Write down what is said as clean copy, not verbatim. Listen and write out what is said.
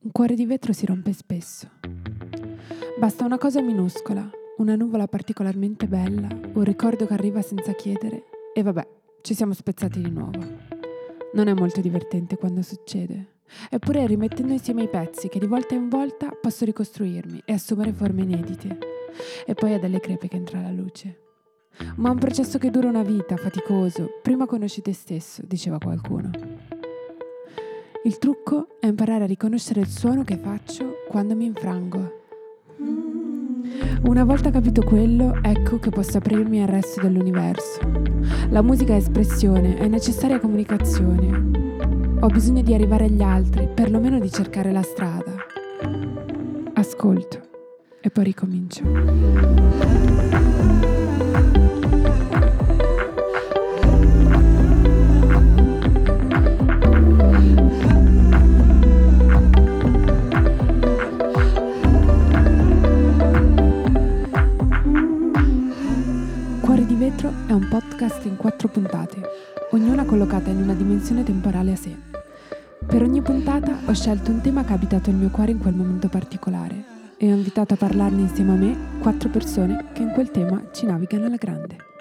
Un cuore di vetro si rompe spesso. Basta una cosa minuscola, una nuvola particolarmente bella, un ricordo che arriva senza chiedere e vabbè, ci siamo spezzati di nuovo. Non è molto divertente quando succede. Eppure rimettendo insieme i pezzi che di volta in volta posso ricostruirmi e assumere forme inedite. E poi è dalle crepe che entra la luce. Ma è un processo che dura una vita, faticoso. Prima conosci te stesso, diceva qualcuno. Il trucco è imparare a riconoscere il suono che faccio quando mi infrango. Una volta capito quello, ecco che posso aprirmi al resto dell'universo. La musica è espressione, è necessaria comunicazione. Ho bisogno di arrivare agli altri, perlomeno di cercare la strada. Ascolto e poi ricomincio. Cuore di vetro è un podcast in 4 puntate, ognuna collocata in una dimensione temporale a sé. Per ogni puntata ho scelto un tema che ha abitato il mio cuore in quel momento particolare e ho invitato a parlarne insieme a me 4 persone che in quel tema ci navigano alla grande.